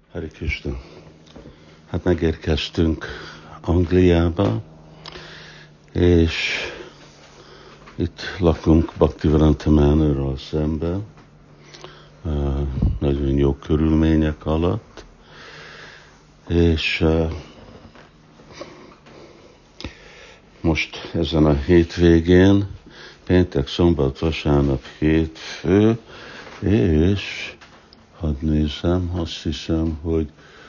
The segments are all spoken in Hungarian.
Hare Krishna. Hát megérkeztünk Angliába, és itt lakunk Bhaktivedanta Manorral szemben, nagyon jó körülmények alatt, és most ezen a hétvégén, péntek, szombat, vasárnap, hétfő, és hadd nézem, azt hiszem, hogy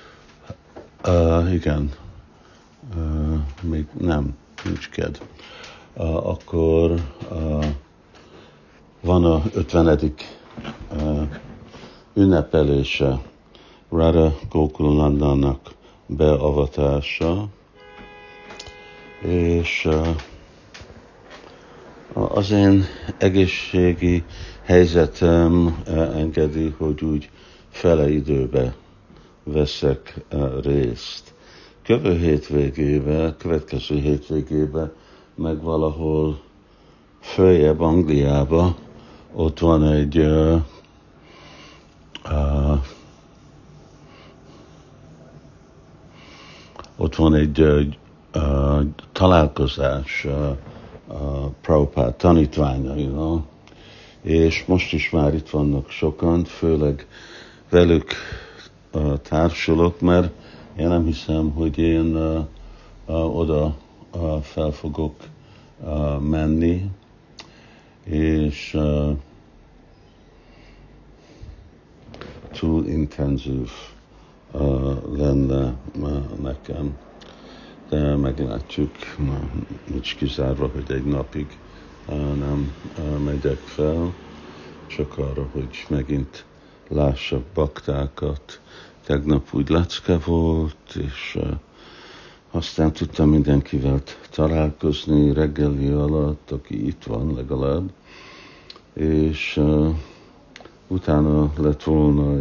igen, még nem, nincs kedv. Akkor van a 50. Ünnepelése, Radha Gokulandának beavatása, és az én egészségi helyzetem engedi, hogy úgy fele időbe veszek részt. Következő hétvégébe, meg valahol följebb Angliába, ott van egy találkozás Prabhupád tanítványai, és most is már itt vannak sokan, főleg velük társulok, mert én nem hiszem, hogy én oda fel fogok menni, és túl intenzív lenne nekem. De meglátjuk, nincs kizárva, hogy egy napig nem megyek fel, csak arra, hogy megint lássak baktákat. Tegnap úgy lecke volt, és aztán tudtam mindenkivel találkozni reggeli alatt, aki itt van legalább, és utána lett volna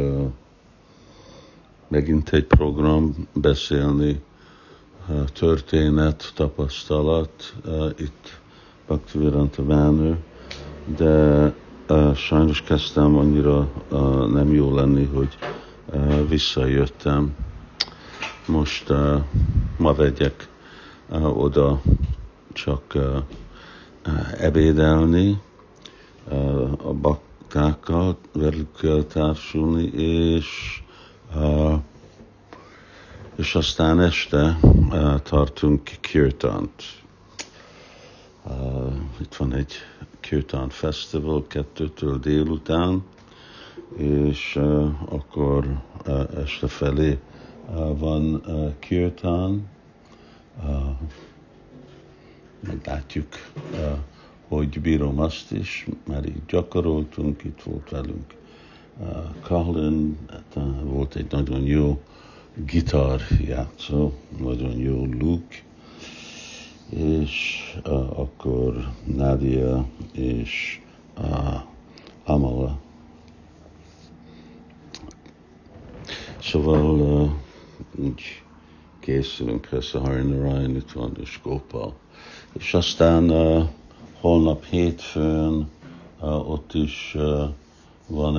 megint egy program, beszélni, történet, tapasztalat itt Bhaktivedanta Manor, de sajnos kezdtem annyira nem jó lenni, hogy visszajöttem. Most ma vegyek oda csak ebédelni, a baktákkal, velük kell társulni, és aztán este tartunk kirtant. Itt van egy Kirtan Festival 2-től délután, és akkor este felé van kirtan. Meglátjuk, hogy bírom azt is, mert így gyakoroltunk, itt volt velünk Colin, volt egy nagyon jó gitárjátszó, nagyon jó Luke, és akkor Nadia és Amala. Szóval úgy készülünk, persze Hari Narayan itt van, és Gopal. És aztán holnap hétfőn ott is van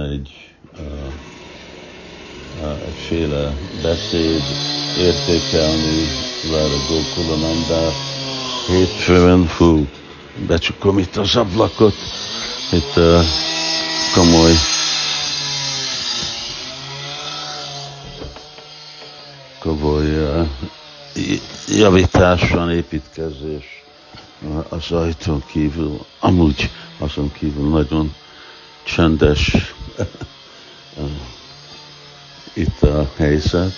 egyféle beszéd, értékelni Radha Gokulanandát. Hétfőn, becsukom itt az ablakot, itt komoly javítás van, építkezés az ajtón kívül, amúgy azon kívül nagyon csendes itt a helyzet,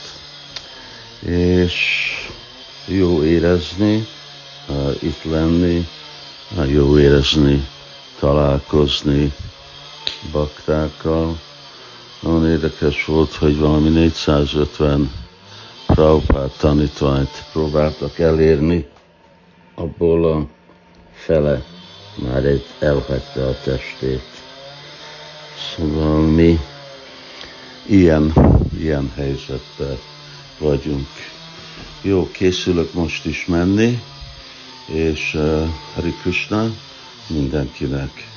és jó érezni, itt lenni, jó érezni, találkozni baktákkal. Nagyon érdekes volt, hogy valami 450 Prabhupád tanítványt próbáltak elérni, abból a fele már elhagyta a testét. Szóval mi ilyen helyzetben vagyunk. Jó, készülök most is menni, és Hare Krishna mindenkinek.